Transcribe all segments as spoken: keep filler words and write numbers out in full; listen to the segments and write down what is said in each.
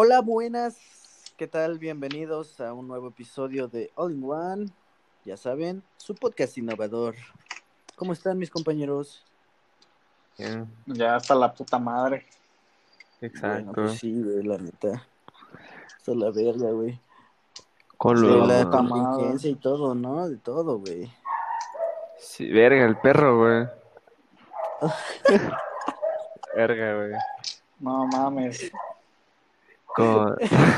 Hola, buenas. ¿Qué tal? Bienvenidos a un nuevo episodio de All in One. Ya saben, su podcast innovador. ¿Cómo están mis compañeros? Bien, Ya hasta la puta madre. Bueno, exacto. pues sí, güey, la neta. Está la verga, güey. Con De lo... la Puta madre. contingencia y todo, ¿no? De todo, güey. Sí, verga, el perro, güey. Verga, güey. No mames. Con...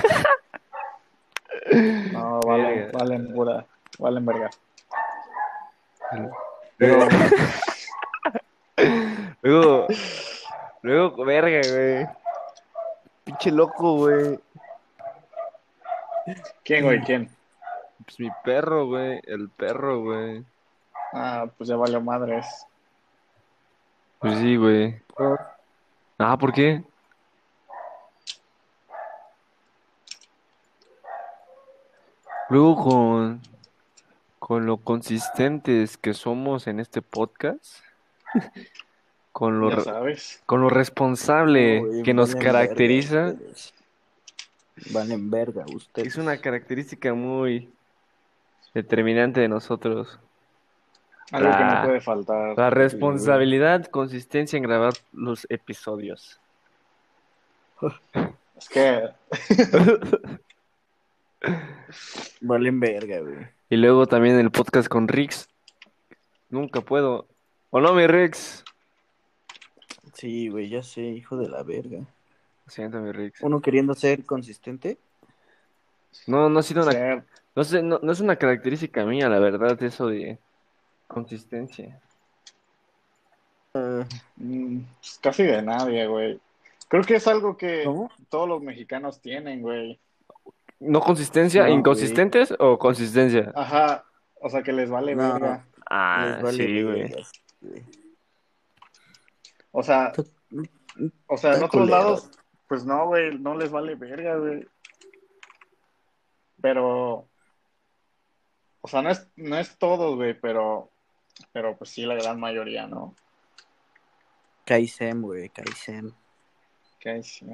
No, valen, Verga. valen pura. Valen verga. Luego, Pero, luego, luego, verga, güey. Pinche loco, güey. ¿quién, güey? ¿Quién? Pues mi perro, güey. El perro, güey. Ah, pues ya valió madres. Pues sí, güey. Por- Ah, ¿por qué? Luego con... Con lo consistentes que somos en este podcast. Con lo, Ya re- sabes. con lo No, responsable güey, que nos valen verga caracteriza. ustedes. Valen verga Es una ustedes. característica muy determinante de nosotros. Algo que no La, puede faltar. la Sí, güey. responsabilidad, consistencia en grabar los episodios. Es que, Valen verga, güey. Y luego también el podcast con Rix. Nunca puedo. ¿O no, mi Rix? Sí, güey, ya sé, hijo de la verga. Lo siento, mi Rix. Uno queriendo ser consistente. No, no ha sido una... ser, No sé, no, no es una característica mía, la verdad, eso de consistencia. Ah, mm, pues casi de nadie, güey. Creo que es algo que ¿cómo? todos los mexicanos tienen, güey. ¿No consistencia? Sí, güey. ¿Inconsistentes o consistencia? Ajá. O sea, que les vale No, verga. les Ah, vale sí, güey. vergas, güey. O sea, Está, o sea, en está otros culero. lados, pues no, güey, no les vale verga, güey. Pero, o sea, no es, no es todos, güey, pero, pero pues sí, la gran mayoría, ¿no? Kaisem, güey, Kaisem. Que sí.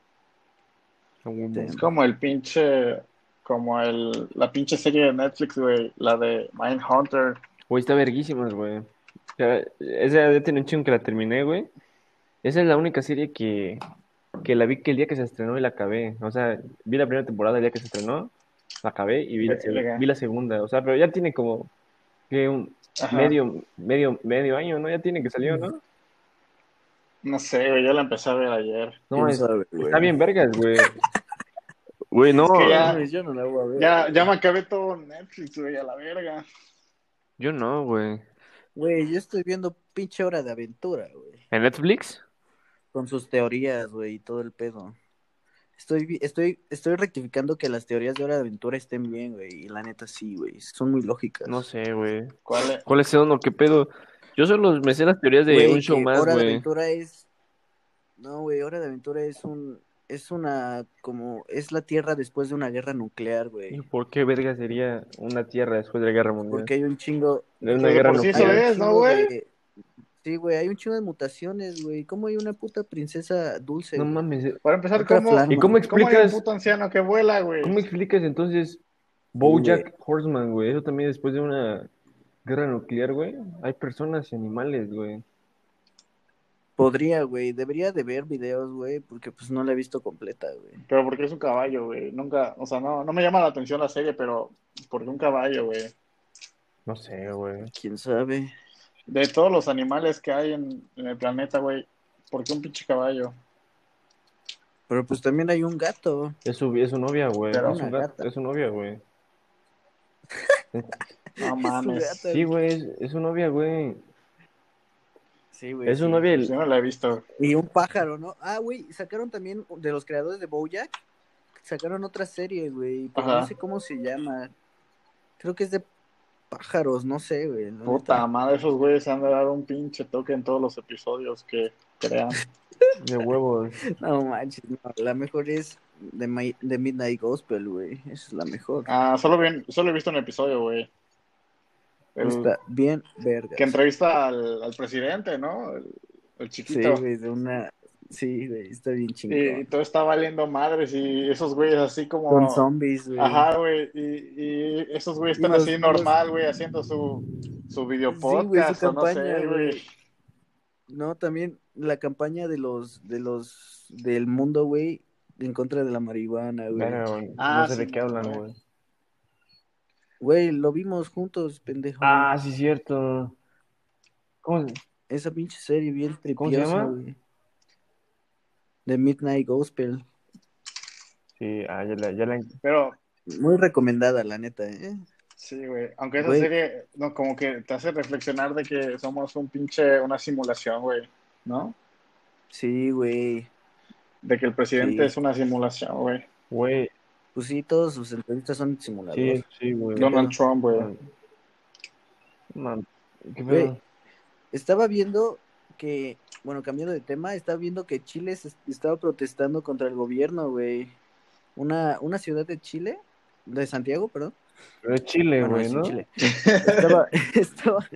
Tem. Es como el pinche, como el, la pinche serie de Netflix, güey, la de Mindhunter. Güey, está verguísimas, güey. O sea, esa ya tiene un chingo que la terminé, güey. Esa es la única serie que, que la vi que el día que se estrenó y la acabé. O sea, vi la primera temporada el día que se estrenó, la acabé y vi la, seg- Verga. vi la segunda. O sea, pero ya tiene como que un Ajá. medio, medio, medio año, ¿no? Ya tiene que salió, ¿no? No sé, güey, yo la empecé a ver ayer. No, ¿Quién es, sabe, está güey? bien vergas, güey. Güey, no, Es que No ya, mames, yo no la voy a ver, ya, ya güey. me acabé todo Netflix, güey, a la verga. yo no, güey. Güey, yo estoy viendo pinche Hora de Aventura, güey. ¿En Netflix? Con sus teorías, güey, y todo el pedo. Estoy, vi- estoy, estoy rectificando que las teorías de Hora de Aventura estén bien, güey. Y la neta sí, güey. Son muy No lógicas. sé, güey. ¿Cuál es? ¿Cuál es ese uno? ¿Qué pedo? Yo solo me sé las teorías de un Güey, show que más, Hora de güey. Aventura es. No, güey, Hora de Aventura es un. Es una. Como. Es la Tierra después de una guerra nuclear, ¿Y güey. por qué verga sería una tierra después de la guerra mundial? Porque hay un chingo. De una Pues de guerra por sí Hay eso un nuclear. es, ¿no, chingo güey? de. Sí, güey, hay un chingo de mutaciones, güey. ¿Cómo hay una puta princesa dulce, No güey? mames. eh. Para empezar, Otra ¿cómo, ¿Y cómo Flanma. cómo hay un explicas, puto anciano que vuela, güey? cómo explicas entonces Sí, güey. BoJack Horseman, güey? Eso también después de una guerra nuclear, güey. Hay personas y animales, güey. Podría, güey. Debería de ver videos, güey, porque pues no la he visto completa, güey. Pero porque es un caballo, güey. Nunca, o sea, no, no me llama la atención la serie, pero porque un caballo, güey. No sé, güey. ¿Quién sabe? De todos los animales que hay en, en el planeta, güey, ¿por qué un pinche caballo? Pero pues también hay un gato, Es su, es su novia, güey. Es Pero, su una gato, gata. es su novia, güey. no Es su mames. gata, Sí, güey. güey, es, es su novia, güey. Sí, güey, Es su sí. novia. Pues yo no la he visto. Y un pájaro, ¿no? Ah, güey, sacaron también de los creadores de BoJack, sacaron otra serie, güey, pero no Ajá. sé cómo se llama. Creo que es de pájaros, no sé, güey, la Puta neta. madre, esos güeyes han de dar un pinche toque en todos los episodios que crean. De huevos. No manches, no, la mejor es de, My- de Midnight Gospel, güey. Esa es la mejor. Ah, solo, bien, solo he visto un episodio, güey. El Está bien que vergas. entrevista al, al presidente, ¿no? El, el Sí, chiquito. güey, de una Sí, güey, está bien Y, y chingón. todo está valiendo madres y esos güeyes así Con como... zombies, güey. Ajá, güey. Y, y esos güeyes Y están los, así los, normal, güey, haciendo su, su video sí, güey, su podcast o no campaña, sé, güey. güey. No, también la campaña de los, de los, del mundo, güey, en contra de la marihuana, güey. Verga, güey, no Ah, sé de qué Simón, hablan, güey. güey. Güey, lo vimos juntos, pendejo. Ah, sí, cierto. ¿Cómo, Esa pinche serie bien cómo se tripiosa, llama? güey. De Midnight Gospel. Sí, ah, ya la, ya la... Pero, Muy recomendada, la neta, ¿eh? sí, güey. Aunque esa Güey, serie, no, como que te hace reflexionar de que somos un pinche, una simulación, güey, ¿no? sí, güey. De que el presidente Sí. es una simulación, güey. Güey, Pues sí, todas sus entrevistas son simulador. sí, sí, güey. ¿Qué Donald pedo? Trump, güey. Man, man, ¿qué Güey, pedo? estaba viendo que, bueno, cambiando de tema, estaba viendo que Chile se estaba protestando contra el gobierno, güey. Una, una ciudad de Chile, de Santiago, perdón. Pero es Chile, Bueno, güey, es en ¿no? Chile. Estaba, estaba,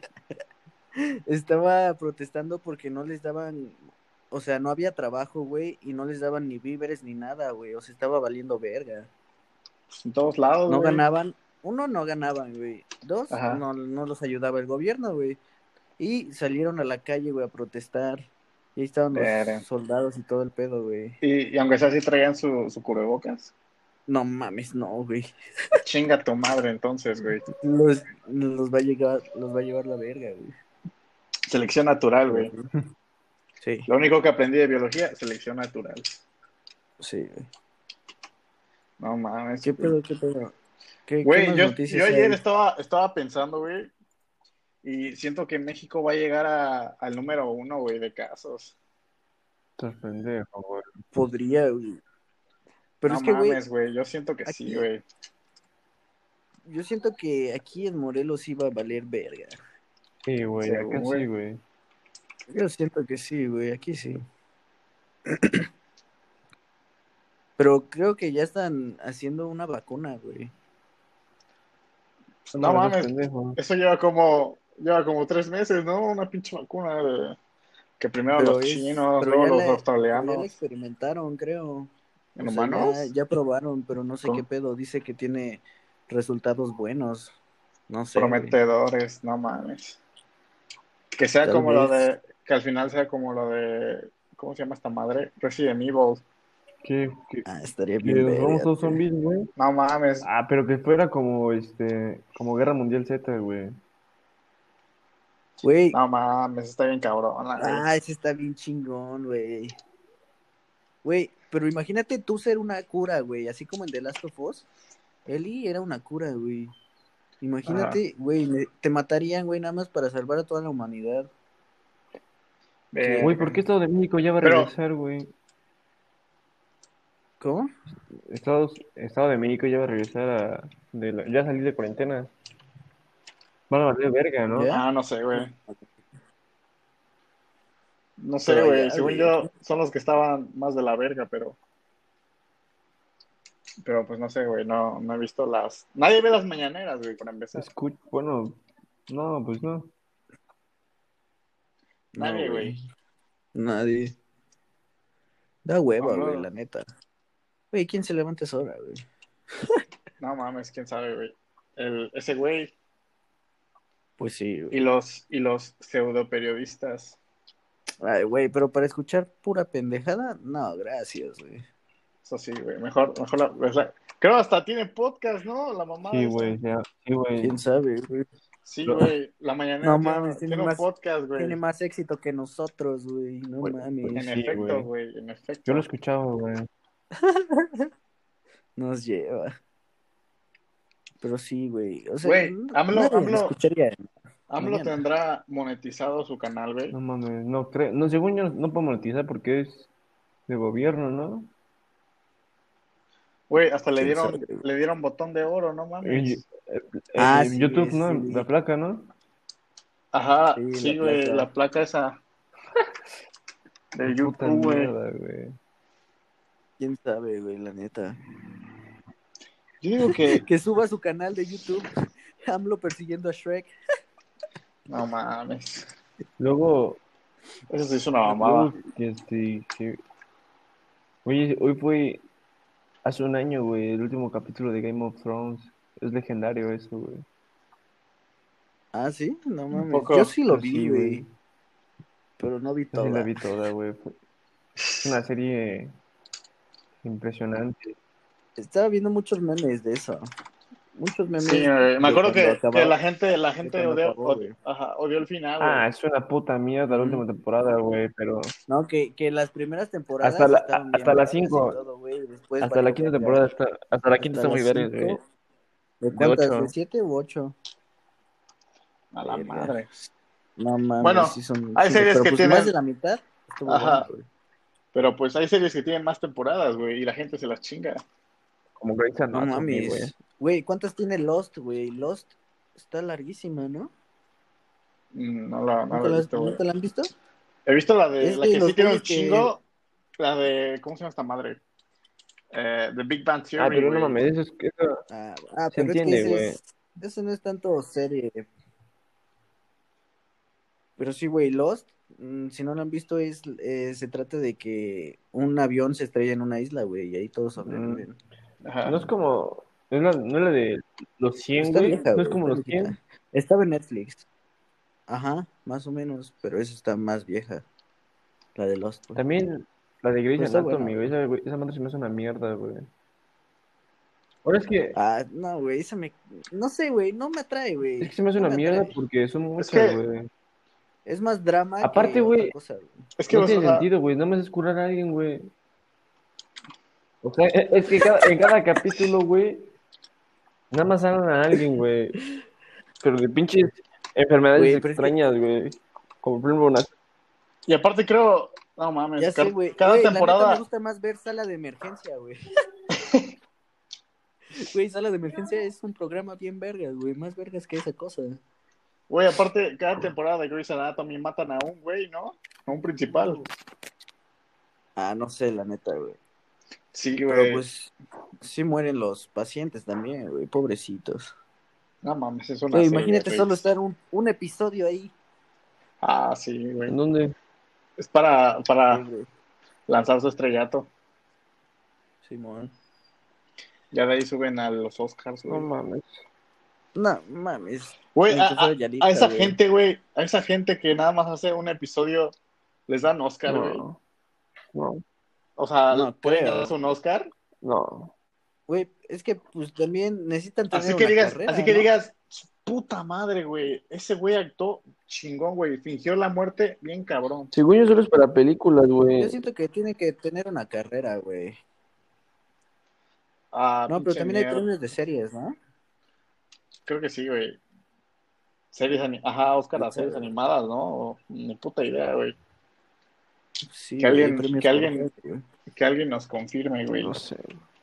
estaba protestando porque no les daban, o sea, no había trabajo, güey, y no les daban ni víveres ni nada, güey. O sea, estaba valiendo verga. En todos lados, No güey. ganaban, uno, no ganaban, güey. Dos, Ajá. no, no los ayudaba el gobierno, güey. Y salieron a la calle, güey, a protestar. Y ahí estaban los Pero- soldados y todo el pedo, güey. Y, y aunque sea así traían su, su cubrebocas. No mames, no, güey. Chinga tu madre entonces, güey. Los, los va a llegar, los va a llevar la verga, güey. Selección natural, Pero güey. sí. Sí, Lo único que aprendí de biología, selección natural. sí, güey. No mames, ¿Qué güey. pedo, qué pedo? ¿Qué, qué Güey, más yo, yo noticias ayer hay? estaba, estaba pensando, güey, y siento que México va a llegar a, al número uno, güey, de casos. Estás pendejo, güey. Podría, güey. Pero No es que, güey, mames, güey, yo siento que sí, aquí, güey. yo siento que aquí en Morelos iba a valer verga. Sí, güey, acá Según, sí, güey. güey. Yo siento que sí, güey, aquí sí. Pero creo que ya están haciendo una vacuna, güey. No No mames, estás mames, pendejo. eso lleva como, lleva como tres meses, ¿no? Una pinche vacuna de, que primero los Pero es, chinos, pero luego ya los la, pero ya la australianos. experimentaron, creo. ¿En O sea, ya, humanos? ya probaron, pero no sé qué Con pedo. Dice que tiene resultados buenos. No sé, güey. prometedores, no mames. Que sea Tal como lo vez. de, que al final sea como lo de, ¿cómo se llama esta madre? Resident Evil. Que, que, Ah, estaría que bien nos vamos verga, todos güey. zombies, güey. No mames, Ah, pero que fuera como, este, como Guerra Mundial Z, güey. Güey, no mames, está bien cabrona, güey. ah, ese está bien chingón, güey. Güey, pero imagínate tú ser una cura, güey. Así como en The Last of Us. Ellie era una cura, güey. Ajá. Imagínate, güey, me- te matarían, güey, nada más para salvar a toda la humanidad. Güey, ¿Qué? ¿por qué Verga. Estado de México ya va a Pero, regresar, güey? ¿Cómo? Estados, Estado de México ya va a regresar a... De la- ya salir de cuarentena. Van a valer verga, ¿no? ¿Ya? ah, no sé, No, güey. No sé, pero güey. allá, Según güey. yo, son los que estaban más de la verga, pero, pero pues no sé, güey. No, no he visto las. Nadie ve las mañaneras, güey, para empezar. Escuch... Bueno, no, pues no. No, Nadie, güey. güey. Nadie. Da hueva, güey, AMLO, la neta. Güey, ¿quién se levanta a esa hora, güey? no mames, quién sabe, güey. El, ese güey Pues sí, y güey. los, y los pseudo periodistas. Ay, güey, pero para escuchar pura pendejada, no, gracias, güey. Eso sí, güey. Mejor, mejor la, pues, la- creo hasta tiene podcast, ¿no? La mamada Sí, esta. güey, ya. Sí, güey. ¿Quién sabe, güey? Sí, Lo- güey. La No mañanera tiene, mames, tiene tiene un más, podcast, tiene güey. más éxito que nosotros, güey. No güey, güey, En mames. sí, efecto, güey. güey. En Yo lo he efecto. escuchado, güey. Nos lleva. Pero sí, güey. O sea, Güey, n- AMLO, nadie me AMLO, escucharía en AMLO mañana. tendrá monetizado su canal, güey. No mames, no creo. No, según yo no puedo monetizar porque es de gobierno, ¿no? Güey, hasta le ¿Quién sabe, dieron, güey? le dieron botón de oro, no Eh, mames. eh, Ah, eh, sí, YouTube, ese ¿no? sí La vi. placa, ¿no? Ajá, Sí, la sí, güey, la placa. placa esa Qué de puta YouTube, güey. mierda, güey. ¿Quién sabe, güey? La neta. Yo digo que, Que suba su canal de YouTube. AMLO persiguiendo a Shrek. no mames, Luego, eso sí es una luego mamada. que este, que Oye, hoy fue hace un año, güey, el último capítulo de Game of Thrones. Es legendario eso, güey. Ah, sí, no Un mames. Yo poco. sí lo Pues vi, sí, güey. güey, pero no vi Yo sí la toda. vi toda, güey. Fue- Es una serie impresionante. Estaba viendo muchos memes de eso. Muchos Sí, memes güey. Me de acuerdo cuando que, que acababa, la gente, la de gente cuando odió, acabó, odió, güey. ajá, odió el final, Ah, güey. es una puta mierda la Ujú. última temporada, güey, pero No, que, que las primeras hasta temporadas la, estaban hasta bien las vergas y cinco, todo, güey. Y después hasta la valió quinta verga. temporada está, hasta la quinta Hasta está muy las verga, güey. cinco. ¿De De cuántas? ¿De ocho. siete u ocho? A la Verga. madre. No mames, Bueno, sí son un hay chingo. series Pero que pues más de tienen, la mitad estuvo buena, ajá, güey. pero pues hay series que tienen más temporadas, güey, y la gente se las chinga. Como Grey's No Anatomy, güey. mames. Güey, ¿cuántas tiene Lost, güey? Lost está larguísima, ¿no? Mm, No la, no la ¿Nunca he la, visto, güey. ¿nunca la han visto? He visto la de, Es la de que sí los tiene un güeyes que... chingo, la de, ¿cómo se llama esta madre? Eh, The Big Bang Ah, Theory, pero no güey. mames, eso, es, eso Ah, ah, se pero es que entiende, ese güey. es... Ese no es tanto serie. Pero sí, güey, Lost, mm, si no lo han visto, es, eh, se trata de que un avión se estrella en una isla, güey, y ahí todos Mm, sobreviven. Ajá. no es como, no es la, no es la de los cien, Está güey. vieja, No es güey, como está los cien. viejita. Estaba en Netflix. Ajá, más o menos, pero esa está más vieja, la de Lost, güey. También la de Grey's Pero está buena, Anatomy, güey. güey. Esa, güey, esa madre se me hace una mierda, güey. Ahora es que, Ah, no, güey, esa me... No sé, güey, no me atrae, es que güey. se me hace No una me mierda atrae. porque son Es muchas, que, güey. Es más drama Aparte, que otra güey, cosa, güey. es que, no o tiene sea, sentido, güey. Nada más es curar a alguien, güey. O sea, e- es que cada, en cada capítulo, güey, nada más sanan a alguien, güey. Pero de pinches enfermedades Güey, pero es que, extrañas, güey. Como por ejemplo una... y aparte creo, no mames, ya sé, car- güey. cada Güey, la neta me temporada, gusta más ver Sala de Emergencia, güey. Güey, Sala de Emergencia es un programa bien vergas, güey. Más vergas que esa cosa. güey, aparte, cada temporada de Grey's Anatomy matan a un güey, ¿no? A un principal. Ah, no sé, la neta, güey. Sí, Pero güey. pues sí mueren los pacientes también, güey. Pobrecitos. No mames, es una Güey, serie, imagínate solo Riggs. estar un, un episodio ahí. Ah, sí, güey. ¿En dónde? Es para, Sí, para güey. lanzar su estrellato. Simón. Ya de ahí suben a los Oscars, No güey. mames. No, mames. Güey, Ni a, que fuera a, a Yalitza, esa güey. gente, güey, a esa gente que nada más hace un episodio, les dan Oscar, güey. No, no, O sea, No ¿pueden ganarse creo. un Oscar? no. Güey, es que pues también necesitan tener Así que una digas, así carrera, que ¿no? digas, puta madre, güey. Ese güey actuó chingón, güey. Fingió la muerte bien cabrón. Según yo solo es para películas, Yo güey. siento que tiene que tener una carrera, güey. Ah, No, pero pinche también hay mierda. premios de series, ¿no? Creo que sí, güey. Series ani- Ajá, Oscar ¿Quién a series sabe? animadas, ¿no? Ni puta idea, güey. Sí, Que güey, hay alguien, que premios por alguien, todo, güey. que alguien nos confirme, güey. No sé.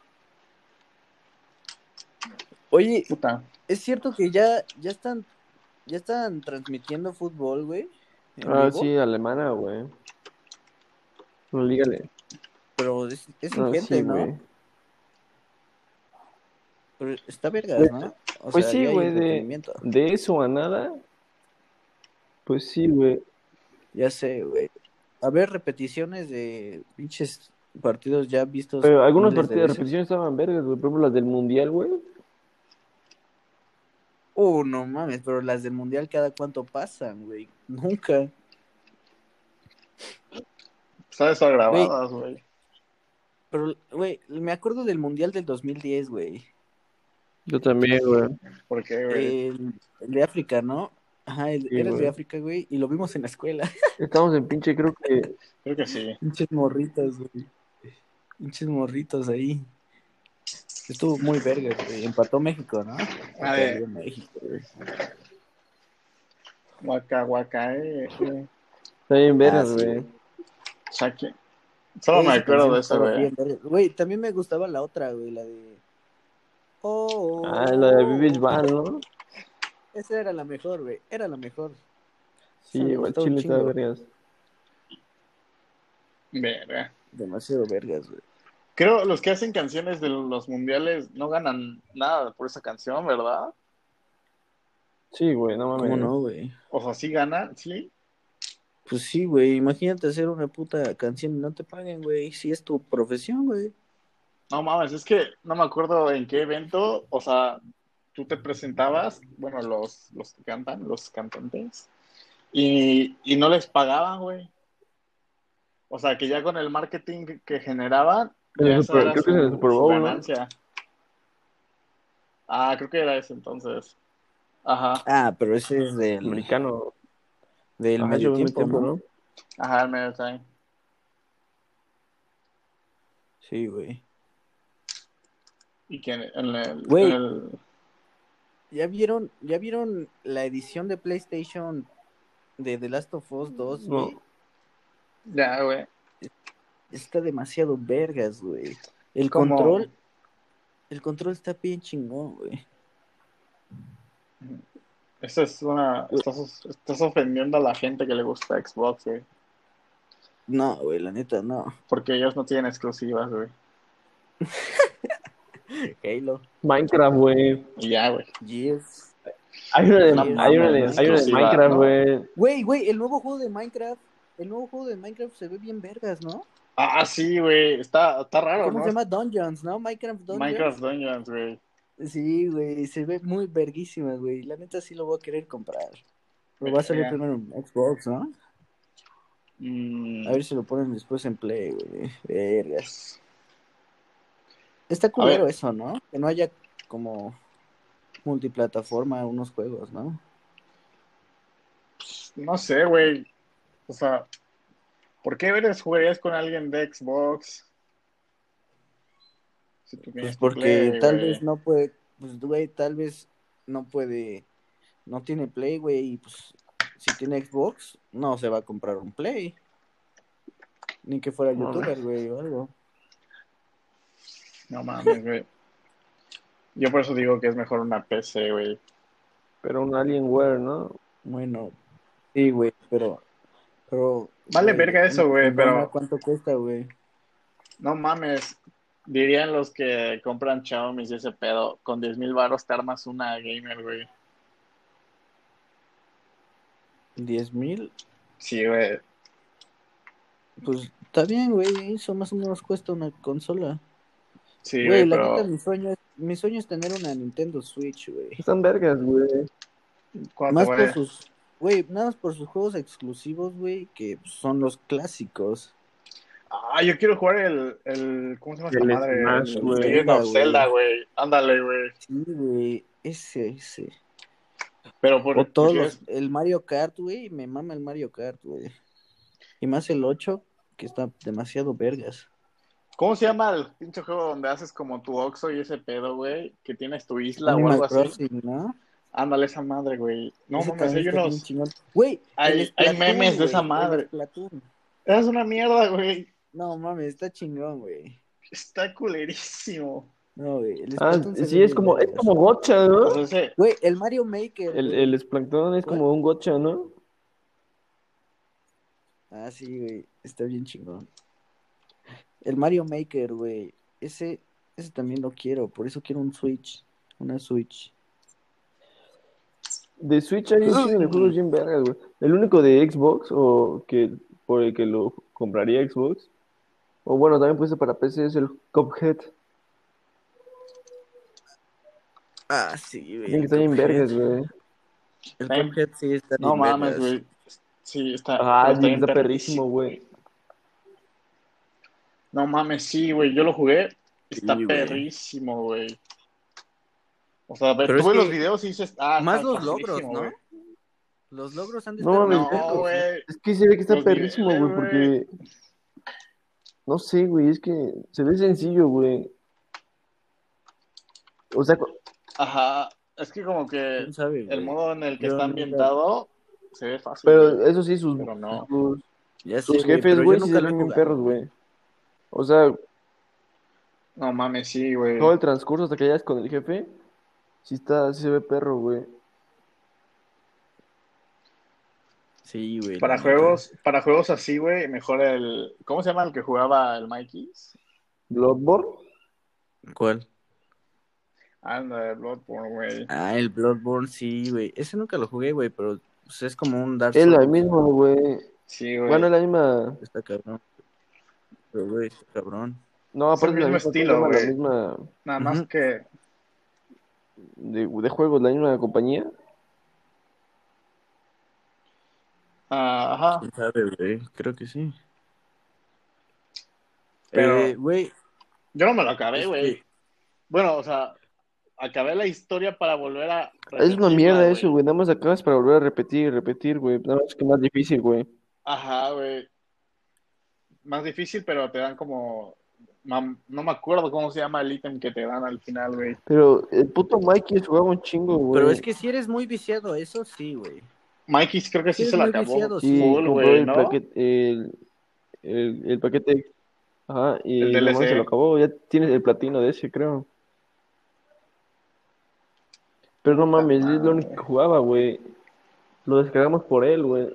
Oye, Puta. ¿es cierto que ya, ya están, ya están transmitiendo fútbol, güey? En Ah, vivo, sí, alemana, güey. No, dígale. pero es, es Ah, sí, ingente, ¿no? güey. Pero está vergas, Pues, ¿no? O pues sea, sí, ya hay güey, de, entretenimiento. de eso a nada. Pues sí, güey. Ya sé, güey. A ver, repeticiones de pinches partidos ya vistos Pero algunos miles de partidos de veces. repetición estaban vergas, güey. Por ejemplo, las del Mundial, güey. Uh, no mames, pero las del mundial cada cuánto pasan, güey. Nunca. Están estar Güey, grabadas, güey. pero, güey, me acuerdo del mundial del dos mil diez, güey. Yo también, güey. ¿Por qué, güey? El, el de África, ¿no? Ajá, el- Sí, era el de güey. África, güey, y lo vimos en la escuela. Estamos en pinche, creo que... Creo que sí. Pinches morritos, güey. Pinches morritos ahí. Estuvo muy vergas, güey. Empató México, ¿no? A O ver, perdió México, güey. Waka Waka, eh, eh. Está bien Ah, vergas, sí, güey. güey. Shaki. Solo Güey, me esa acuerdo canción de ese, estaba güey. bien vergas. Güey, también me gustaba la otra, güey, la de... Ah, la de Vivis Oh, Van, ¿no? esa era la mejor, güey. Era la mejor. Esa Sí, me güey, gustaba un Chile estaba chingo. vergas. Verga. Demasiado vergas, güey. Creo los que hacen canciones de los mundiales no ganan nada por esa canción, ¿verdad? Sí, güey, no ¿Cómo mames. no, güey? O sea, sí ganan, sí. Pues sí, güey, imagínate hacer una puta canción y no te paguen, güey, si es tu profesión, güey. No mames, es que no me acuerdo en qué evento, o sea, tú te presentabas, bueno, los, los que cantan, los cantantes, y, y no les pagaban, güey. O sea, que ya con el marketing que generaban, En el ya esa Super- era creo que es en el su, Super su Bowl, ¿no? ganancia. Ah, creo que era ese entonces. Ajá, Ah, pero ese es del, Americano. del Ajá, medio yo me tiempo, tiempo, ¿no? ¿no? ajá, el medio time. Sí, güey. Y que en el, en Güey, el, ¿ya vieron, ya vieron la edición de PlayStation de The Last of Us dos, güey? No, ya, güey. Está demasiado vergas, güey. El Como, control, el control está bien chingón, güey. eso es una, estás, estás ofendiendo a la gente que le gusta Xbox, güey. No, güey, la neta, no. Porque ellos no tienen exclusivas, güey. Halo, Minecraft, güey. Y ya, güey. Gears, Hay una No de, Gears, hay una mames, de, hay una de Minecraft. exclusiva, Minecraft, ¿no? güey. Güey, güey, el nuevo juego de Minecraft, el nuevo juego de Minecraft se ve bien vergas, ¿no? Ah, sí, güey. Está, está raro, ¿Cómo ¿no? se llama? Dungeons, ¿no? Minecraft Minecraft Dungeons. Dungeons, güey. Sí, güey, se ve muy verguísima, güey. La neta sí lo voy a querer comprar. Pero va a salir Verga. primero en Xbox, ¿no? A Mm, ver si lo ponen después en Play, güey. Vergas. Está a culero ver, eso, ¿no? Que no haya como multiplataforma unos juegos, ¿no? no sé, güey. O sea, ¿por qué veres jugarías con alguien de Xbox si tú Pues tienes tu porque Play, tal vez güey? no puede, pues, güey, tal vez no puede, no tiene Play, güey, y pues si tiene Xbox, no se va a comprar un Play. Ni que fuera No, no. youtuber, güey, o algo. No mames, güey. Yo por eso digo que es mejor una P C, güey. Pero un Alienware, ¿no? Bueno, sí, güey, pero, pero, Vale güey, verga una eso, güey, chingona, pero ¿cuánto cuesta, güey? no mames. Dirían los que compran Xiaomi y ese pedo. Con diez mil baros te armas una gamer, güey. ¿Diez mil? Sí, güey. Pues está bien, güey, eso más o menos cuesta una consola. Sí, Güey, güey, la neta, pero mi sueño es, mi sueño es tener una Nintendo Switch, güey. Están vergas, güey. ¿cuánto te Más por vale? sus, güey, nada más por sus juegos exclusivos, güey, que son los clásicos. Ah, yo quiero jugar el, el, ¿cómo se llama esta El madre? Smash, El El güey. Legend Zelda, of Zelda, güey. güey. Ándale, güey. Sí, güey, ese, ese. Pero O por, todos porque los, es, el Mario Kart, güey, me mama el Mario Kart, güey. Y más el ocho que está demasiado vergas. ¿cómo se llama el pinche juego donde haces como tu Oxxo y ese pedo, güey? Que tienes tu isla o Animal algo así. Crossing, ¿no? Ándale esa madre, güey. No Ese mames, también hay está bien unos, chingón. Güey, el hay, hay Splatoon, memes de esa güey, el madre. Splatoon. Es una mierda, güey. No mames, está chingón, güey. Está culerísimo. No, güey, el Ah, Splatoon se ve sí, es bien como, es vergas. como gocha, O ¿no? sea, ese, Güey, el Mario Maker, El, el güey. Splatoon es ¿Cuál? como un gocha, ¿no? Ah, sí, güey, está bien chingón. El Mario Maker, güey. Ese, ese también lo quiero, por eso quiero un Switch. Una Switch. De Switch hay un chingo de juegos bien vergas, güey. El único de Xbox, o que por el que lo compraría Xbox, o bueno, también puede ser para P C, es el Cuphead. Ah, sí, güey, Tiene que el estar bien Cuphead. vergas, güey. El eh, Cuphead sí está no bien mames, vergas. güey. Sí, está, pero Ah, está dice que bien está perrísimo, perrísimo, güey. güey. No mames, sí, güey. Yo lo jugué. Está Sí, güey. perrísimo, güey. O sea, ve- Pero tú es ves los que videos y dices, ah, más está los logros, padrísimo, ¿no? güey. Los logros han de No estar mames, bien es, No, perros, ¿no? güey. es que se ve que está Los perrísimo, niveles, güey, güey. porque no sé, güey, es que se ve sencillo, güey. O sea, co- Ajá. Es que como que ¿Quién sabe, el güey? modo en el que Yo está nunca, ambientado se ve fácil, güey. pero eso sí, sus, Pero no. sus, ya sé, sus güey, jefes, pero yo güey, sí nunca se lo he ven bien jugado, perros, güey. güey. O sea, No mames, sí, todo güey. el transcurso hasta que llegas con el jefe, sí está, sí se ve perro, güey. Sí, güey, la Para neta. juegos, para juegos así, güey, mejor el. ¿Cómo se llama el que jugaba el Mikey's? Bloodborne, ¿Cuál? Anda, el Bloodborne, güey. Ah, el Bloodborne, sí, güey. Ese nunca lo jugué, güey, pero pues, es como un Dark es lo Souls. mismo, güey. Sí, Bueno, güey. es la misma. Está cabrón. Pero, güey, está cabrón. No, Es el aparte es la mismo misma, ¿cómo se estilo, llama? La güey. misma Nada más Ujú. que, de, de juegos, la misma compañía. ah, ajá, ¿Quién sabe, güey? Creo que sí. Eh, pero güey, yo no me lo acabé, güey. este, Bueno, o sea, acabé la historia para volver a Es una repetirla, mierda eso, güey. güey. Nada más acabas para volver a repetir y repetir, güey. Nada más que más difícil, güey. Ajá, güey. Más difícil, pero te dan como... mam- No me acuerdo cómo se llama el ítem que te dan al final, güey. Pero el puto Mikey jugaba un chingo, pero güey. es que si eres muy viciado, a eso sí, güey. Mikey creo que Si sí eres se lo muy acabó viciado, Sí, sí. full, compró güey, el ¿no? paquete, el, el, el paquete, ajá, El y nomás se lo D L C. acabó. Ya tienes el platino de ese, creo. Pero no Puta mames, es lo único que madre. jugaba, güey. Lo descargamos por él, güey.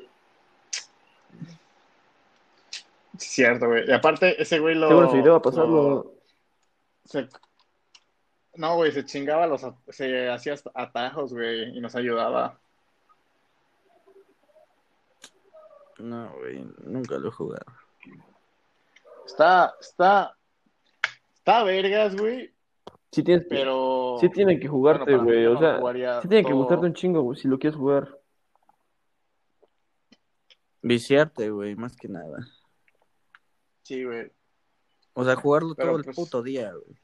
Sí, es cierto, güey. Y aparte, ese güey Seguro su video va lo... a lo pasarlo. se- no, güey, se chingaba los... at- Se hacía hasta atajos, güey, y nos ayudaba. No, güey, nunca lo he jugado. Está... Está... Está vergas, güey, Sí tienes que, sí pero... tiene que Bueno, jugarte, para mí güey. yo O no lo sea, jugaría sí tiene que gustarte un todo... chingo, güey, si lo quieres jugar. Viciarte, güey, más que nada. Sí, güey. O sea, jugarlo todo Pero el pues... puto día, güey.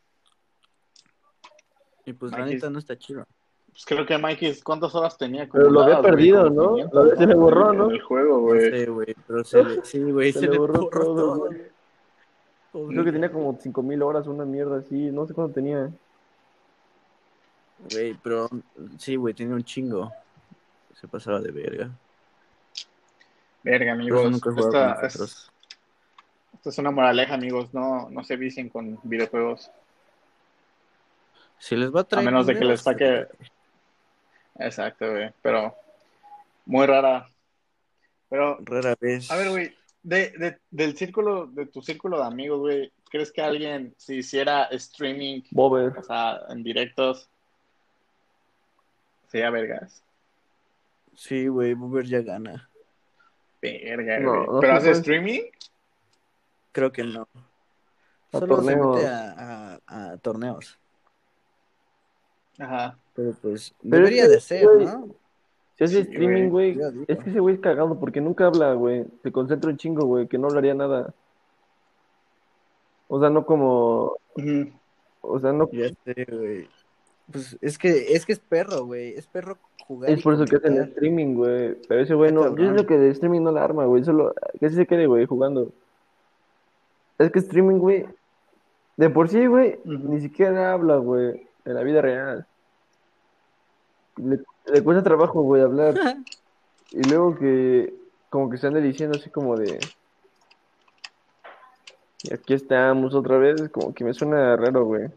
Y pues la Mikey... neta no está chido. Pues creo que Mikey, ¿cuántas horas tenía Pero lo había acumuladas, güey? perdido, Como ¿no? quinientas, Lo, se le ¿no? En el, borró, en ¿no? el juego, No güey. sé, güey, pero se le... Sí, güey, Se se le le borró borró todo, todo, güey. güey. Creo que Pobre tenía güey. como cinco mil horas, una mierda así. No sé cuánto tenía. Güey, pero sí, güey, tiene un chingo. Se pasaba de verga. Verga, Por eso amigos. nunca he jugado con Esta nosotros. es, esta es una moraleja, amigos. No, no se vicien con videojuegos. Si les va a A traer menos de que dinero, les sí, saque. güey. Exacto, güey. Pero muy rara. Pero, Rara a ver, vez. güey. De, de, del círculo, de tu círculo de amigos, güey, ¿crees que alguien, si hiciera streaming, o Bober. sea, en directos, sería vergas? Sí, güey, Uber ya gana. Verga, No, güey. no ¿Pero se hace puede streaming? Creo que no. a Solo se mete torneos. a, a, a torneos. Ajá. Pero pues Pero es que, debería de hacer, güey, ¿no? si hace Sí, streaming, güey. güey, Yo es digo. que ese güey es cagado porque nunca habla, güey. Se concentra un chingo, güey, que no hablaría nada. O sea, no como, Ujú. o sea, no. Ya sé, güey. Pues es que es que es perro, güey. Es perro jugar Es y por eso que hacen comentar. streaming, güey. Pero ese güey Está no, yo cabrón. siento que de streaming no la arma, güey. Solo que sí se quede, güey, jugando. Es que streaming, güey, de por sí, güey, Ujú. ni siquiera habla, güey, en la vida real. Le, le cuesta trabajo, güey, hablar. Y luego que, como que se anda diciendo así como de, y aquí estamos otra vez, como que me suena raro, güey.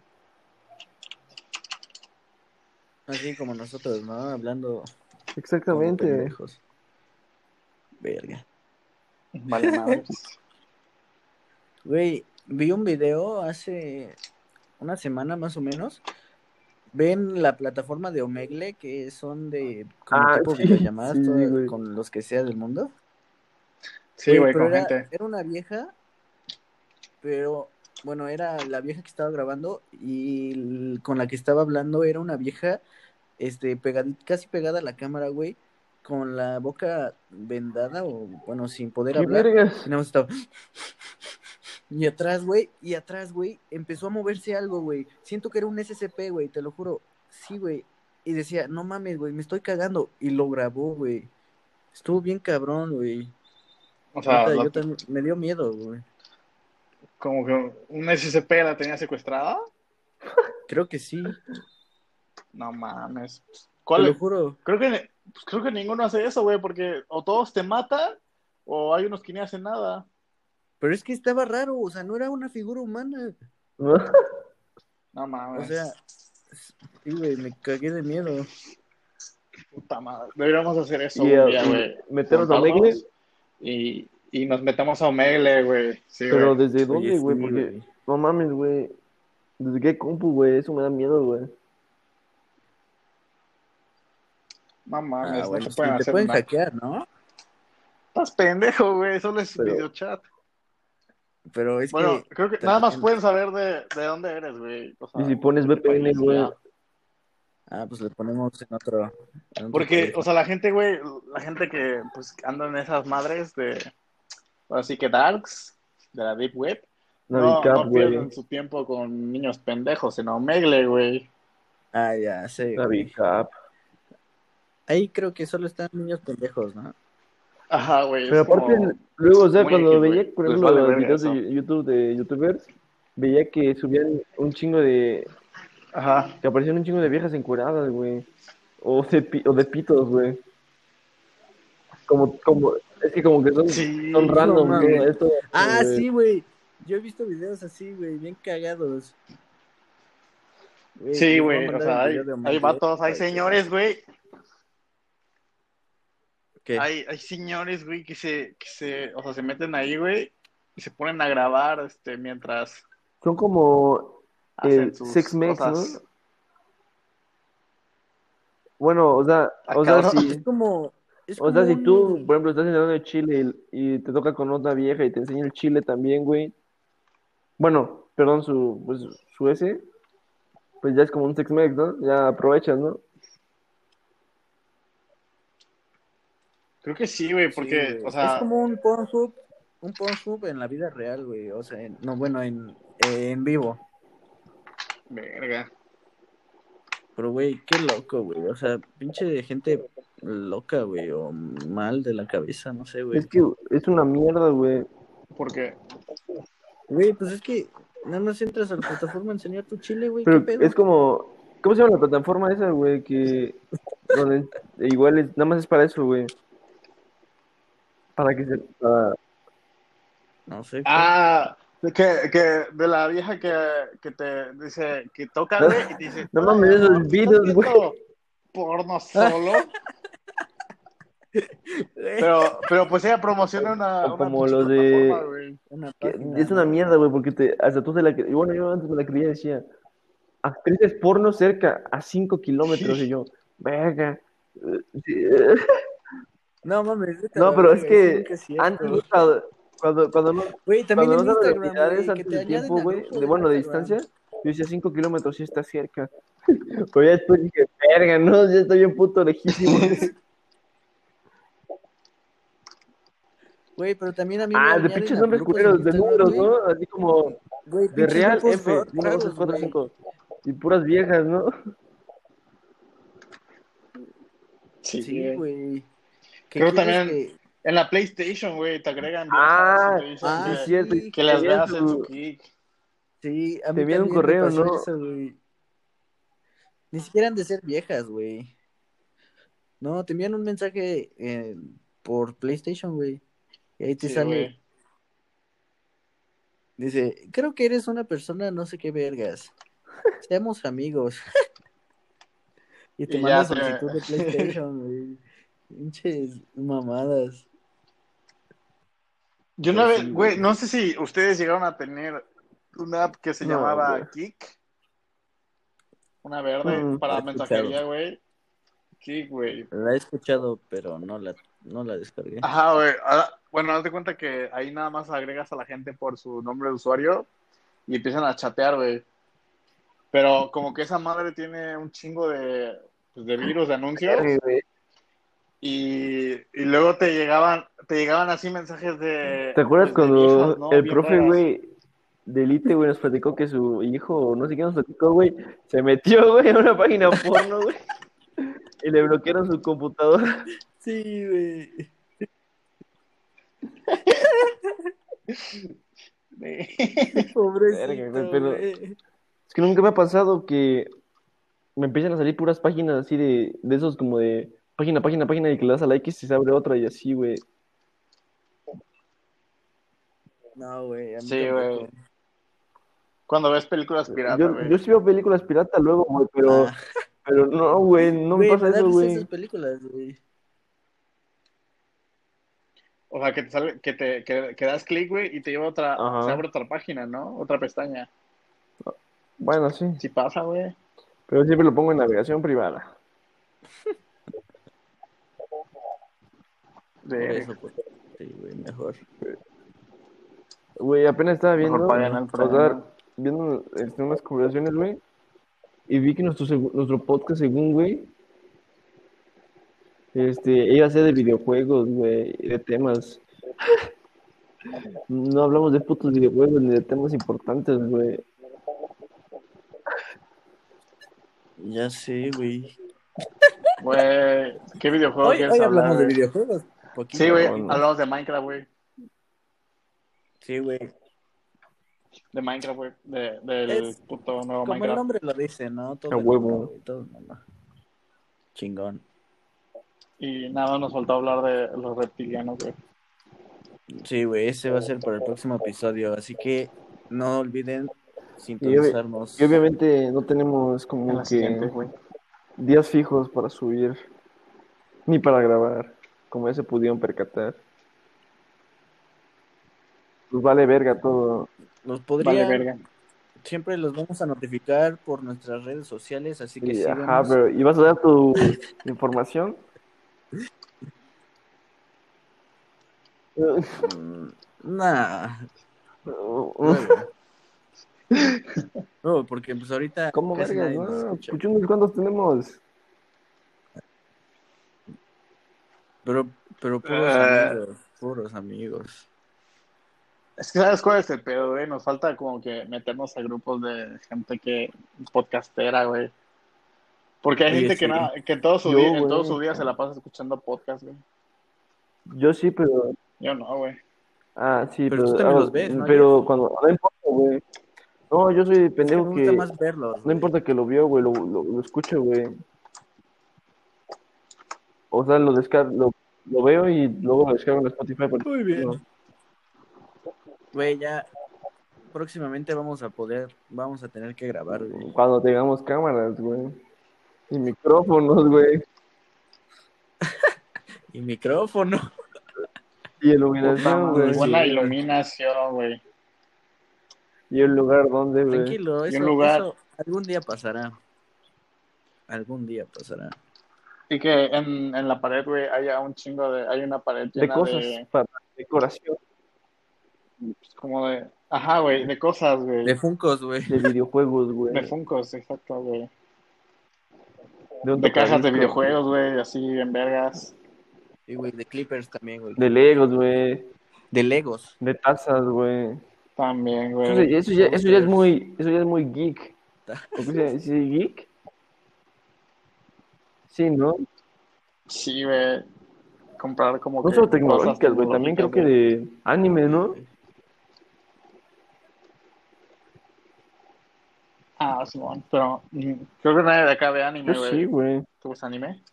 Así como nosotros, ¿no? Hablando como Exactamente. pendejos. Verga. Vale, madres. Güey, vi un video hace una semana más o menos. Ven la plataforma de Omegle, que son de como Ah, tipo sí, videollamadas sí, toda- güey. con los que sea del mundo. Sí, Güey, güey, pero con era, gente. era una vieja, pero bueno, era la vieja que estaba grabando y l- con la que estaba hablando era una vieja, este, pegadita, casi pegada a la cámara, güey, con la boca vendada o, bueno, sin poder ¿Qué hablar. vergas? Y nada más estaba... Y atrás, güey, y atrás, güey, empezó a moverse algo, güey. Siento que era un S C P, güey, te lo juro. Sí, güey. Y decía, no mames, güey, me estoy cagando. Y lo grabó, güey. Estuvo bien cabrón, güey. O sea, Neta, yo la- también, me dio miedo, güey. como que un S C P la tenía secuestrada. Creo que sí, No mames. te ¿Cuál lo es? juro. Creo que, pues creo que ninguno hace eso, güey, porque o todos te matan o hay unos que ni hacen nada. Pero es que estaba raro, o sea, no era una figura humana. No O mames. sea, s- sí, güey, me cagué de miedo. Puta madre. Deberíamos hacer eso Y, un a- día, y güey. meternos a Omegle, Juntarnos y, y nos metemos a Omegle, güey. Sí, güey. pero ¿desde Oye, dónde, sí, güey? Porque, güey. no mames, güey. ¿Desde qué compu, güey? Eso me da miedo, güey. No Ah, mames, no bueno, te sí, pueden te hacer pueden nada. hackear, ¿no? Estás pendejo, güey. Solo es Pero- videochat. Pero es Bueno, que creo que nada más también. pueden saber de, de dónde eres, güey. O Y sea, si pones de qué V P N, país, güey, ya. Ah, pues le ponemos en otro, en otro Porque, o teléfono. sea, la gente, güey, la gente que pues anda en esas madres de, así que darks, de la deep web, no, Navicap, no güey, pierden su tiempo con niños pendejos, sino Megle, güey. Ah, ya, sí, güey. Navicap. Ahí creo que solo están niños pendejos, ¿no? Ajá, güey, Pero es aparte, como luego, o sea, muy cuando X, veía, güey. por Les vale ejemplo, los verga videos eso. de YouTube de YouTubers, veía que subían un chingo de, Ajá. que aparecían un chingo de viejas encueradas, güey, o de, pi- o de pitos, güey, como, como, es que como que son, son Sí, No random todo mames. esto, Ah, güey. sí, güey. Yo he visto videos así, güey, bien cagados. Güey, sí, les voy a güey. O mandar el sea, video hay, de hay Omegle vatos, hay para que señores, güey. ¿Qué? Hay, hay señores, güey, que se, que se, o sea, se meten ahí, güey, y se ponen a grabar, este, mientras Son como hacen el Sex sus Mex, ¿no? cosas. Bueno, o sea, Ah, o sea, cabrón. Es si, como, es o sea, como si tú, un, por ejemplo, estás cenando de Chile y, y te toca con otra vieja y te enseña el chile también, güey. Bueno, perdón, su, pues, su ese, pues ya es como un Sex Mex, ¿no? Ya aprovechas, ¿no? Creo que sí, güey, sí, porque, o güey. Es sea, como un Pornhub, un Pornhub en la vida real, güey. O sea, en- no, bueno, en, en vivo. verga. Pero, güey, qué loco, güey. O sea, pinche gente loca, güey, o mal de la cabeza, no sé, Es güey. que es una mierda, güey. Porque, Güey, pues es que nada más entras a la plataforma a enseñar tu chile, güey, ¿qué Pero es pedo? como, ¿cómo se llama la plataforma esa, güey? Que, donde igual es, nada más es para eso, güey. Para que se, para- No sé cuál. ah, que, que de la vieja que, que te dice, que toca, güey, y te dice, No hola, mi mames, amor, esos ¿estás videos, güey. viendo porno solo? Pero, pero pues ella promociona una, O una como pinche los plataforma, de, güey. Una que página, es una ¿no? mierda, güey, porque te, hasta tú se la, cre- y bueno, yo antes me la creía y decía, actrices porno cerca a cinco kilómetros, y Sí, yo, verga. eh, sí, eh. No mames, vete a No, la pero es verga, eso que nunca es antes, cierto. güey, cuando, cuando, cuando no, Güey, también cuando en no sabes las Instagram, unidades güey, que antes te del añaden tiempo, al güey, grupo de de bueno, de Instagram. distancia, yo decía cinco kilómetros, sí está cerca. Pero ya después dije, verga, no, ya estoy bien puto lejísimos. Güey, pero también a mí me Ah, de añaden pinches a nombres grupos en culeros, de Instagram, números, güey. ¿no? Así como Güey, de pinches Real grupos F, ra- uno, dos, tres, raros, cuatro, güey. cinco. Y puras viejas, ¿no? sí, Sí, güey. güey. ¿Qué Creo quieres también que...? en la PlayStation, güey, te agregan viejas y Ah, te dicen sí Ah, es que, cierto. Y sí. que te les envían veas en su su, kick. Sí, a te mí envían un también me correo, pasó ¿no? eso, güey. Ni siquiera han de ser viejas, güey. No, te envían un mensaje eh, por PlayStation, güey. Y ahí te Sí, sale, güey. dice, creo que eres una persona no sé qué vergas. Seamos amigos. Y te Y manda ya te... solicitud de PlayStation, güey. Pinches mamadas. Yo una Pero vez, sí, güey, güey. no sé si ustedes llegaron a tener una app que se No, güey. llamaba Kick, una verde, Mm, La he para escuchado. mensajería, güey. Kick, güey. La he escuchado, pero no la, no la descargué. Ajá, güey. Ah, bueno, haz de cuenta que ahí nada más agregas a la gente por su nombre de usuario y empiezan a chatear, güey. Pero como que esa madre tiene un chingo de, pues, de virus, de verga, anuncios, güey. y, y luego te llegaban, te llegaban así mensajes de, ¿Te acuerdas pues, de viejas, cuando ¿no? el Bien profe, raras. güey, de Elite, güey, nos platicó que su hijo, o no sé qué nos platicó, güey, se metió, güey, a una página porno, güey, y le bloquearon su computadora? Sí, güey. Verga, güey, Pobrecito, pero güey. es que nunca me ha pasado que me empiezan a salir puras páginas así de, de esos como de página, página, página y que le das a like y se abre otra y así, güey. No, güey, a mí Sí, tampoco. güey. Cuando ves películas pirata, Yo, yo güey. sí veo películas pirata luego, güey, pero, Ah, pero no, güey, no me güey, pasa me da eso, risa esas güey. películas, güey. O sea, que te sale, que te, que, que das clic, güey, y te lleva a otra, se Ajá. abre otra página, ¿no? Otra pestaña. Bueno, sí, Sí pasa, güey. pero siempre lo pongo en navegación privada. Por De... eso, pues. mejor. Güey, apenas estaba Mejor viendo, paguen el o sea, premio. viendo este, unas conversaciones, güey, y vi que nuestro, segu- nuestro podcast, según, güey, este, iba a ser de videojuegos, güey, y de temas. No hablamos de putos videojuegos ni de temas importantes, güey. Ya sé, güey. Güey, ¿qué videojuego Hoy, quieres hoy hablar, hablamos de güey? videojuegos. Sí, Poquito, güey, No, poquito. hablamos de Minecraft, güey. Sí, güey. De Minecraft, güey. De, del Es puto nuevo como el Minecraft. nombre lo dice, ¿no? a Todo el mundo, huevo. güey. Todo el mundo. Chingón. Y nada, nos faltó hablar de los reptilianos, güey. Sí, güey. Ese va a ser para el próximo episodio. Así que no olviden Y, obvi- y sintonizarnos. obviamente no tenemos En como la que siguiente, güey. días fijos para subir, ni para grabar, como ya se pudieron percatar. Pues vale verga todo. Los Vale, podrían, verga. siempre los vamos a notificar por nuestras redes sociales, así que Y, ajá, síganos. pero ¿y vas a dar tu información? Mm, nah, luego. Luego, porque pues ahorita ¿Cómo casi vergas? nadie nos No, escucha. pues unos cuantos tenemos. Pero, pero puros Eh, amigos, puros amigos. Es que, ¿sabes cuál es el pedo, güey? Nos falta como que meternos a grupos de gente que podcastera, güey. Porque hay Oye, gente que, sí. nada, que en, todo su Yo, día, en todo su güey. día se la pasa escuchando podcast, güey. Yo sí, pero. Yo no, güey. Ah, sí, Pero tú pero. también los ah, ves, ¿no, Jeff? pero cuando. No importa, güey. No, yo soy Es que pendejo me gusta que. más verlos, No güey. importa que lo vio, güey, lo, lo, lo escucho, güey. O sea, lo descargo, lo, lo veo y luego lo descargo en Spotify. Por Muy bien. no. Güey, ya próximamente vamos a poder, vamos a tener que grabar, güey. Cuando tengamos cámaras, güey. Y micrófonos, güey. Y micrófono. Y Puta iluminación, madre. güey. Buena Sí, iluminación, güey. Y el lugar donde, güey. tranquilo, Y un eso, lugar. eso algún día pasará. Algún día pasará. Y que en, en la pared, güey, haya un chingo de. Hay una pared De llena cosas de. para decoración, Pues, como de. Ajá, güey, de cosas, güey. De Funkos, güey. de videojuegos, güey. De Funkos, exacto, güey. De un De cajas de tocadiscos, videojuegos, güey, así en vergas. Sí, güey, de Clippers también, güey. de Legos, güey. De Legos. De tazas, güey. También, Eso, güey. eso ya, eso ya es Posters. muy, eso ya es muy geek. ¿O qué se dice? ¿Geek? Sí, ¿no? Sí, güey. Comprar como No que solo cosas tecnológicas, güey, también creo tecnológicas, que güey. de anime, Sí, ¿no? güey. Ah, Simón, pero mm, creo que nadie de acá ve anime, Yo sí, güey. güey. ¿Tú ves anime?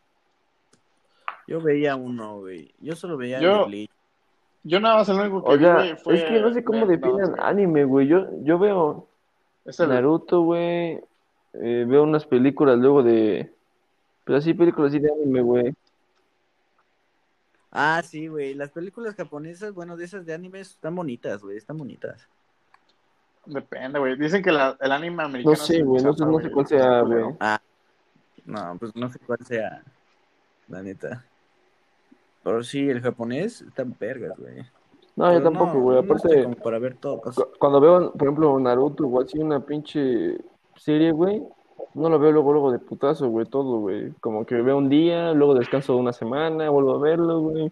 Yo veía uno, güey. Yo solo veía el de Yo, Bleach. yo nada más el único que O vi, sea, güey, es que no fue sé cómo Death Note, definen güey. anime, güey. Yo, yo veo Es el, Naruto, güey. eh, veo unas películas luego de... Pero así, películas así de anime, güey. Ah, sí, güey. Las películas japonesas, bueno, de esas de animes, están bonitas, güey. Están bonitas. depende, güey. Dicen que la- el anime No americano es sé, el güey. No sé, chafa, no güey, sé cuál el sea, güey. culero. Ah, no, pues no sé cuál sea, la neta. Pero sí, el japonés están vergas, güey. No, yo Pero tampoco, no, güey. no estoy Aparte, como para ver todos. cu- cuando veo, por ejemplo, Naruto o así, una pinche serie, güey, no lo veo luego, luego de putazo, güey, todo, güey. Como que veo un día, luego descanso una semana, vuelvo a verlo, güey.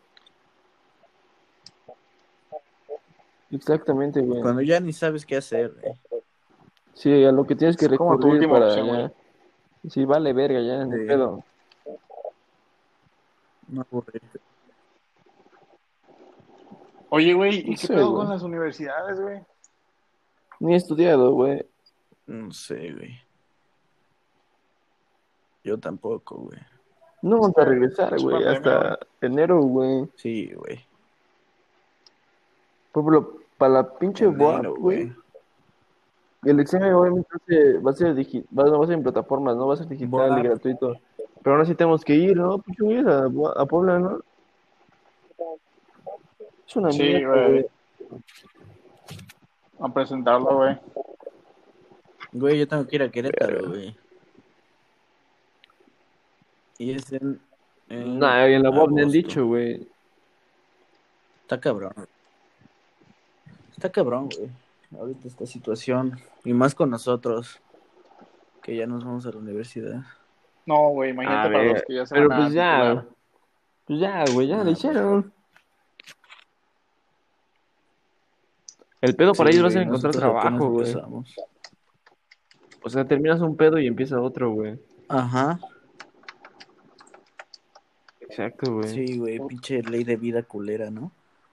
Exactamente, güey. Cuando ya ni sabes qué hacer, güey. Sí, a lo que tienes que Es como tu recurrir última para opción, güey. ya. Sí, vale, verga, ya, no Sí, pedo. no aburrirte. Oye, güey, No ¿y qué sé, pedo güey. con las universidades, güey? Ni he estudiado, güey. No sé, güey. Yo tampoco, güey. No vamos a regresar, Pinche güey, pandemia, güey. hasta enero, güey. Sí, güey. Por ejemplo, para la pinche B O A P, Enero, güey. güey. El examen obviamente va a ser, va a ser, digi- va, no va a ser en plataformas, no va a ser digital y B O A P. gratuito. Pero aún así tenemos que ir, ¿no? Pues güey, a, Boa- a Puebla, ¿no? Es una Sí, mierda, güey. güey. A presentarlo, güey. Güey, yo tengo que ir a Querétaro, Verga. güey. Y es en, en Nah, en la B O A P me han agosto. dicho, güey. Está cabrón. Está cabrón, güey. Ahorita esta situación. Y más con nosotros, que ya nos vamos a la universidad. No, güey, A imagínate para los ver, que ya se pero van a pues ya, titular. pues ya, güey, ya Ah, lo pues, hicieron. El pedo para sí, ellos va a ser güey, encontrar nosotros apenas trabajo, güey. empezamos. O sea, terminas un pedo y empieza otro, güey. Ajá. Exacto, güey. Sí, güey, pinche ley de vida culera, ¿no?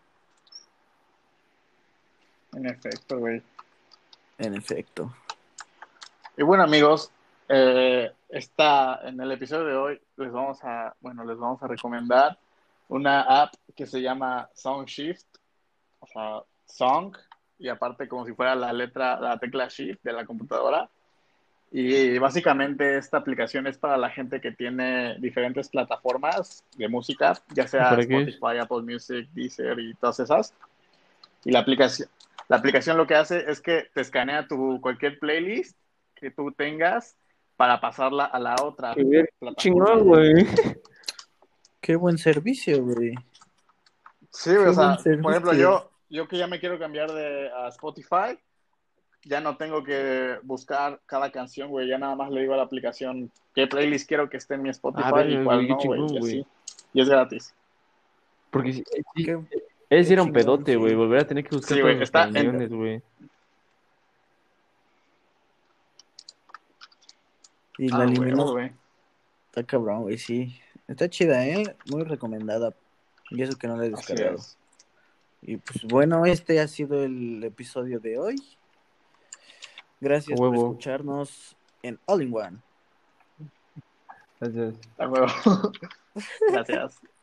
En efecto, güey. En efecto. Y bueno, amigos, eh, esta, en el episodio de hoy les vamos a, bueno, les vamos a recomendar una app que se llama SongShift, o sea, Song, y aparte como si fuera la letra, la tecla Shift de la computadora. Y básicamente esta aplicación es para la gente que tiene diferentes plataformas de música, ya sea ¿Para qué es? Spotify, Apple Music, Deezer y todas esas. Y la aplicación, la aplicación lo que hace es que te escanea tu cualquier playlist que tú tengas para pasarla a la otra Qué bien, chingón, plataforma. güey. Qué buen servicio, güey. Sí, güey, Qué o buen sea, por ejemplo, servicio. yo, yo que ya me quiero cambiar de a Spotify, ya no tengo que buscar cada canción, güey, ya nada más le digo a la aplicación qué playlist quiero que esté en mi Ah, Spotify y verga, cuál güey, qué no, güey, chingón, y güey. así. Y es gratis. Porque sí, sí, Qué, ese sí qué era un chingón, pedote, güey. sí. Volver a tener que buscar Sí, todas güey, sus está en... canciones, güey. Y la Ah, güey, eliminó. güey. Está cabrón, güey, sí. Está chida, ¿eh? Muy recomendada. Y eso que no la he Así descargado. es. Y pues bueno, este ha sido el episodio de hoy. A Gracias por huevo. escucharnos en All in One. Gracias. Hasta luego. Gracias.